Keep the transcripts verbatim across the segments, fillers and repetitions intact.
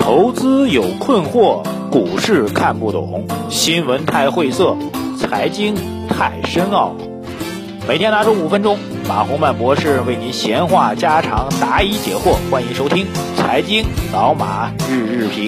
投资有困惑，股市看不懂，新闻太晦涩，财经太深奥。每天拿出五分钟，马洪曼博士为您闲话家常，答疑解惑。欢迎收听财经老马日日评。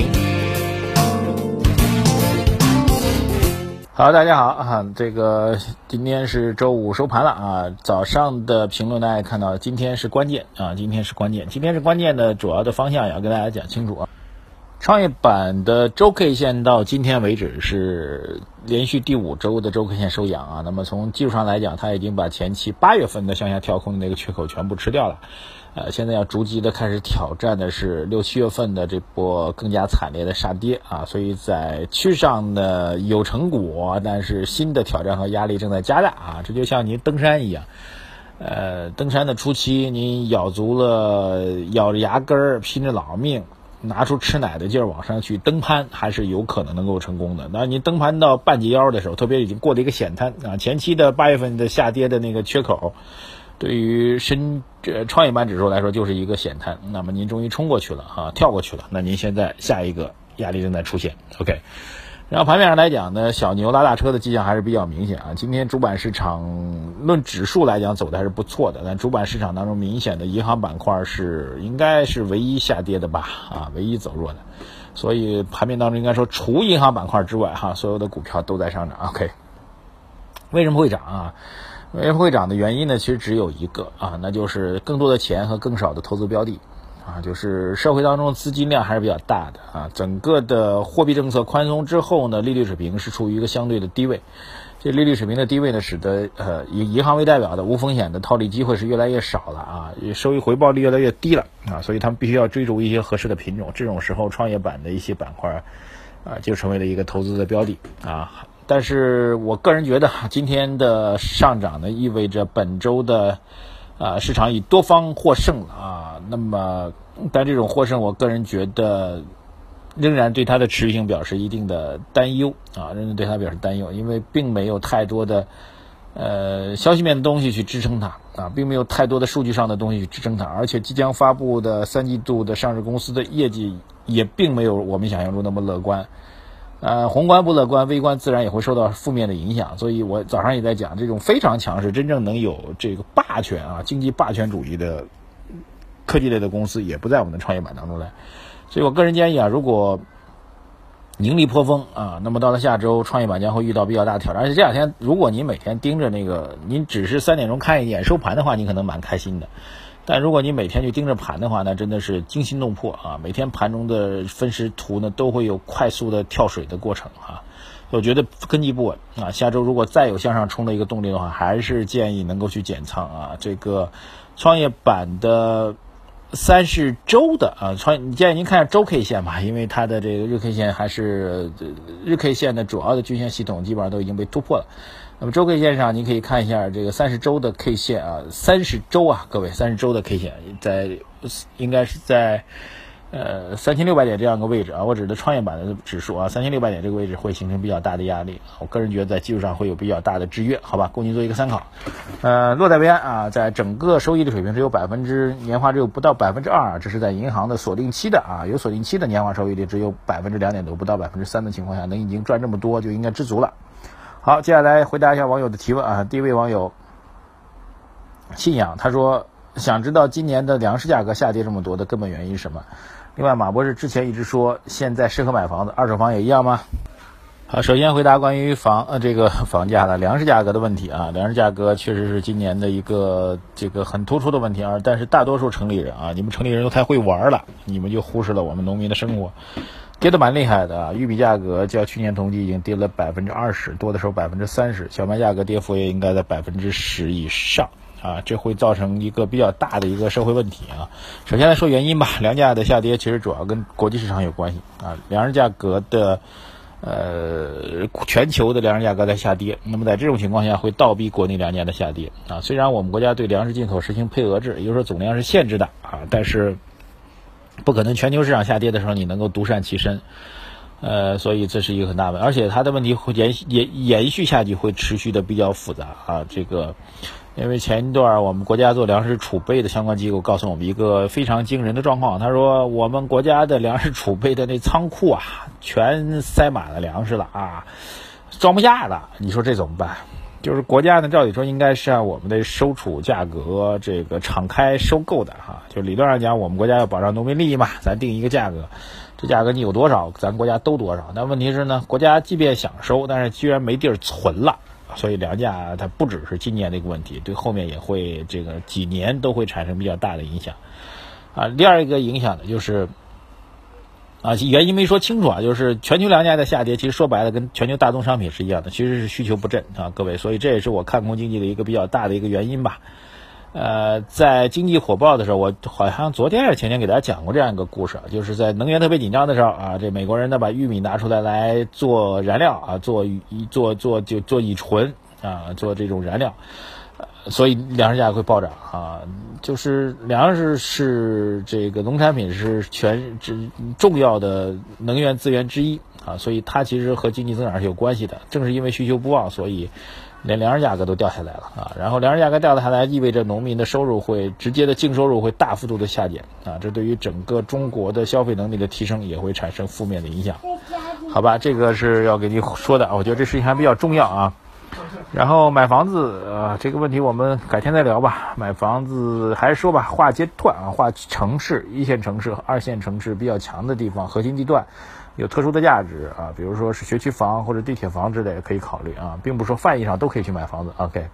好，大家好啊！这个今天是周五收盘了啊。早上的评论大家看到，今天是关键啊，今天是关键，今天是关键的主要的方向也要跟大家讲清楚啊。创业板的周 K 线到今天为止是连续第五周的周 K 线收阳啊。那么从技术上来讲，它已经把前期八月份的向下跳空的那个缺口全部吃掉了。呃，现在要逐级的开始挑战的是六七月份的这波更加惨烈的杀跌啊，所以在趋势上呢有成果，但是新的挑战和压力正在加大啊。这就像您登山一样，呃，登山的初期您咬足了咬着牙根儿，拼着老命，拿出吃奶的劲儿往上去登攀，还是有可能能够成功的。那您登攀到半截腰的时候，特别已经过了一个险滩啊，前期的八月份的下跌的那个缺口，对于深这创业板指数来说就是一个险滩，那么您终于冲过去了哈，跳过去了，那您现在下一个压力正在出现 OK。 然后盘面上来讲呢，小牛拉大车的迹象还是比较明显啊。今天主板市场论指数来讲走的还是不错的，但主板市场当中明显的银行板块是应该是唯一下跌的吧啊，唯一走弱的，所以盘面当中应该说除银行板块之外哈，所有的股票都在上涨 OK。 为什么会涨啊？为什么会涨的原因呢，其实只有一个啊，那就是更多的钱和更少的投资标的啊，就是社会当中资金量还是比较大的啊。整个的货币政策宽松之后呢，利率水平是处于一个相对的低位，这利率水平的低位呢，使得呃以银行为代表的无风险的套利机会是越来越少了啊，收益回报率越来越低了啊，所以他们必须要追逐一些合适的品种，这种时候创业板的一些板块啊就成为了一个投资的标的啊。但是我个人觉得今天的上涨呢，意味着本周的啊市场以多方获胜了啊。那么但这种获胜，我个人觉得仍然对它的持续性表示一定的担忧啊，仍然对它表示担忧，因为并没有太多的呃消息面的东西去支撑它啊，并没有太多的数据上的东西去支撑它，而且即将发布的三季度的上市公司的业绩也并没有我们想象中那么乐观。呃，宏观不乐观，微观自然也会受到负面的影响，所以我早上也在讲，这种非常强势、真正能有这个霸权啊、经济霸权主义的科技类的公司也不在我们的创业板当中来。所以我个人建议啊，如果盈利颇丰啊，那么到了下周，创业板将会遇到比较大的挑战。而且这两天，如果您每天盯着那个，您只是三点钟看一眼收盘的话，你可能蛮开心的。但如果你每天去盯着盘的话，那真的是惊心动魄啊！每天盘中的分时图呢，都会有快速的跳水的过程啊。我觉得根基不稳啊。下周如果再有向上冲的一个动力的话，还是建议能够去减仓啊。这个创业板的三十周的啊，创建议您看下周 K 线吧，因为它的这个日 K 线还是日 K 线的主要的均线系统基本上都已经被突破了。那么周 K 线上，您可以看一下这个三十周的 K 线啊，三十周啊，各位三十周的 K 线在应该是在呃三千六百点这样一个位置啊，我指的创业板的指数啊，三千六百点这个位置会形成比较大的压力，我个人觉得在技术上会有比较大的制约，好吧，供您做一个参考。呃，落袋为安啊，在整个收益的水平只有百分之年化只有不到百分之二，这是在银行的锁定期的啊，有锁定期的年化收益率只有百分之两点多，不到百分之三的情况下，能已经赚这么多就应该知足了。好，接下来回答一下网友的提问啊。第一位网友信仰，他说想知道今年的粮食价格下跌这么多的根本原因是什么？另外，马博士之前一直说现在适合买房子，二手房也一样吗？好，首先回答关于房呃这个房价的粮食价格的问题啊，粮食价格确实是今年的一个这个很突出的问题啊，但是大多数城里人啊，你们城里人都太会玩了，你们就忽视了我们农民的生活。跌得蛮厉害的啊！玉米价格较去年同期已经跌了百分之二十，多的时候百分之三十，小麦价格跌幅也应该在百分之十以上啊！这会造成一个比较大的一个社会问题啊。首先来说原因吧，粮价的下跌其实主要跟国际市场有关系啊，粮食价格的呃全球的粮食价格在下跌，那么在这种情况下会倒逼国内粮价的下跌啊。虽然我们国家对粮食进口实行配额制，也就是说总量是限制的啊，但是不可能全球市场下跌的时候你能够独善其身。 呃，所以这是一个很大问题，而且它的问题会延延延续下去，会持续的比较复杂啊。这个，因为前一段我们国家做粮食储备的相关机构告诉我们一个非常惊人的状况，他说我们国家的粮食储备的那仓库啊，全塞满了粮食了啊，装不下了。你说这怎么办？就是国家呢，照理说应该是按我们的收储价格这个敞开收购的哈，就理论上讲，我们国家要保障农民利益嘛，咱定一个价格。这价格你有多少，咱国家都多少。但问题是呢，国家即便想收，但是居然没地儿存了，所以粮价它不只是今年的一个问题，对后面也会这个几年都会产生比较大的影响。啊，第二一个影响呢就是啊，原因没说清楚啊，就是全球粮价的下跌，其实说白了跟全球大宗商品是一样的，其实是需求不振啊，各位，所以这也是我看空经济的一个比较大的一个原因吧。呃，在经济火爆的时候，我好像昨天还是前天给大家讲过这样一个故事，就是在能源特别紧张的时候啊，这美国人呢把玉米拿出来来做燃料啊，做做做就做乙醇啊，做这种燃料，所以粮食价格会暴涨啊。就是粮食是这个农产品是全重要的能源资源之一啊，所以它其实和经济增长是有关系的。正是因为需求不旺，所以连粮食价格都掉下来了啊，然后粮食价格掉下来，意味着农民的收入会直接的净收入会大幅度的下减啊，这对于整个中国的消费能力的提升也会产生负面的影响。好吧，这个是要给你说的，我觉得这事情还比较重要啊。然后买房子呃，这个问题我们改天再聊吧。买房子还是说吧，划阶段啊，划城市，一线城市、二线城市比较强的地方，核心地段。有特殊的价值啊，比如说是学区房或者地铁房之类的可以考虑啊，并不是说泛义上都可以去买房子。OK，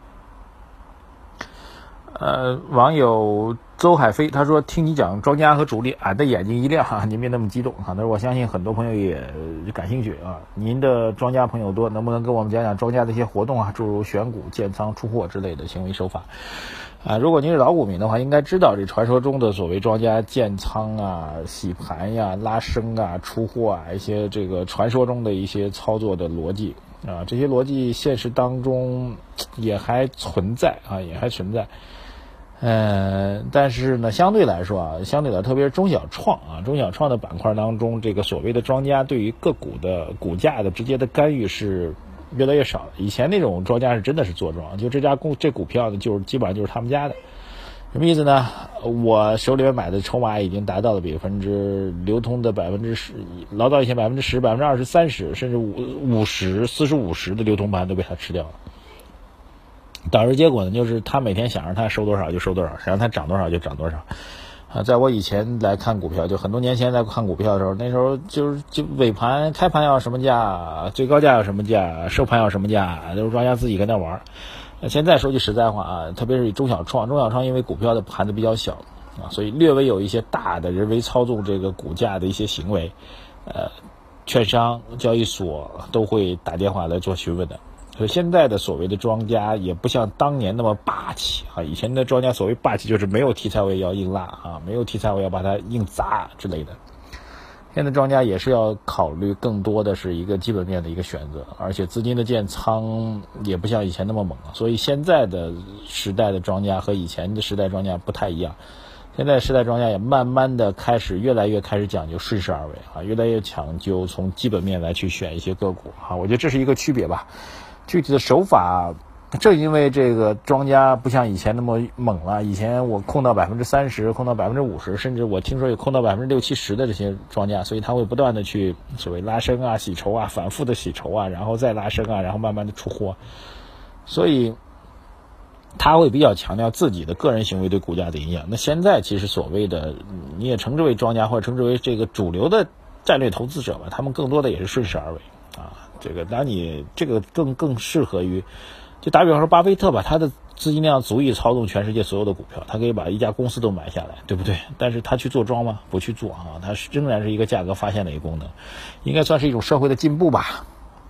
呃，网友邹海飞他说听你讲庄家和主力，俺的眼睛一亮哈，您别那么激动哈，但是我相信很多朋友也感兴趣啊。您的庄家朋友多，能不能跟我们讲讲庄家的一些活动啊，诸如选股、建仓、出货之类的行为手法？啊，如果您是老股民的话，应该知道这传说中的所谓庄家建仓啊、洗盘呀、拉升啊、出货啊，一些这个传说中的一些操作的逻辑啊，这些逻辑现实当中也还存在啊，也还存在。嗯，但是呢，相对来说啊，相对来特别是中小创啊，中小创的板块当中，这个所谓的庄家对于个股的股价的直接的干预是越来越少。以前那种庄家是真的是坐庄，就这家公这股票呢，就是基本上就是他们家的。什么意思呢？我手里面买的筹码已经达到了百分之流通的百分之十，老早以前百分之十、百分之二十、三十，甚至五五十、四十五十的流通盘都被他吃掉了。导致结果呢，就是他每天想让他收多少就收多少，想让他涨多少就涨多少。啊，在我以前来看股票，就很多年前在看股票的时候，那时候就是就尾盘开盘要什么价，最高价要什么价，收盘要什么价，都是庄家自己跟那玩。现在说句实在话啊，特别是中小创，中小创因为股票的盘子比较小啊，所以略微有一些大的人为操纵这个股价的一些行为，呃，券商、交易所都会打电话来做询问的。所以现在的所谓的庄家也不像当年那么霸气啊，以前的庄家所谓霸气就是没有题材我也要硬拉啊，没有题材我要把它硬砸之类的。现在庄家也是要考虑更多的是一个基本面的一个选择，而且资金的建仓也不像以前那么猛了，所以现在的时代的庄家和以前的时代庄家不太一样。现在时代庄家也慢慢的开始越来越开始讲究顺势而为啊，越来越讲究从基本面来去选一些个股啊，我觉得这是一个区别吧。具体的手法，正因为这个庄家不像以前那么猛了，以前我控到百分之三十，控到百分之五十，甚至我听说有控到百分之六七十的这些庄家，所以他会不断的去所谓拉升啊、洗筹啊、反复的洗筹啊，然后再拉升啊，然后慢慢的出货，所以他会比较强调自己的个人行为对股价的影响。那现在其实所谓的你也称之为庄家或者称之为这个主流的战略投资者吧，他们更多的也是顺势而为啊。这个当你这个更更适合于，就打比方说巴菲特吧，他的资金量足以操纵全世界所有的股票，他可以把一家公司都买下来，对不对？但是他去做庄吗？不去做啊，他仍然是一个价格发现的一个功能，应该算是一种社会的进步吧。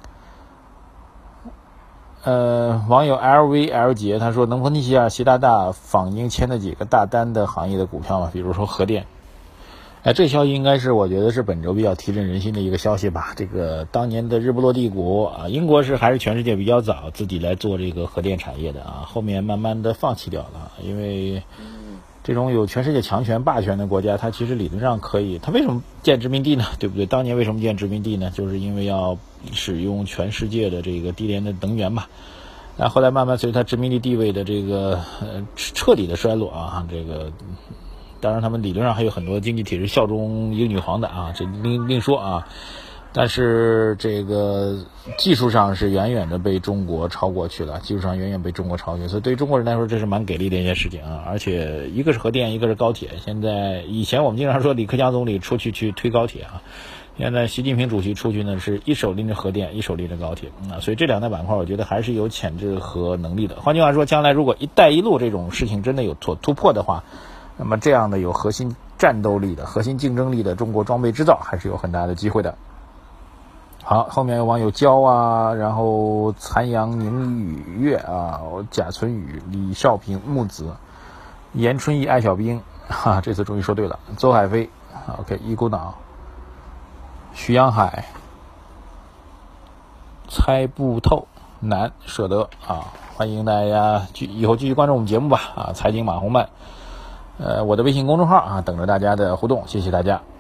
呃，网友 L V L 姐他说，能分析一下习大大访英签的几个大单的行业的股票吗？比如说核电。哎，这消息应该是我觉得是本周比较提振人心的一个消息吧。这个当年的日不落帝国啊，英国是还是全世界比较早自己来做这个核电产业的啊，后面慢慢的放弃掉了，因为这种有全世界强权霸权的国家，它其实理论上可以，它为什么建殖民地呢？对不对？当年为什么建殖民地呢？就是因为要使用全世界的这个低廉的能源嘛。然后后来慢慢随着它殖民地地位的这个呃彻底的衰落啊，这个当然他们理论上还有很多经济体是效忠英女皇的啊，这另另说啊。但是这个技术上是远远的被中国超过去了，技术上远远被中国超过去，所以对于中国人来说这是蛮给力的一件事情啊。而且一个是核电，一个是高铁。现在以前我们经常说李克强总理出去去推高铁啊，现在习近平主席出去呢是一手拎着核电，一手拎着高铁啊，所以这两大板块我觉得还是有潜质和能力的。换句话说，将来如果一带一路这种事情真的有所突破的话，那么这样的有核心战斗力的、核心竞争力的中国装备制造还是有很大的机会的。好，后面有网友焦啊，然后残阳宁雨月啊，贾存宇、李少平、木子、严春义、艾小兵，哈，这次终于说对了。邹海飞 ，OK， 一股脑，徐阳海，猜不透，难舍得啊！欢迎大家继以后继续关注我们节目吧啊！财经马红漫，呃，我的微信公众号啊，等着大家的互动，谢谢大家。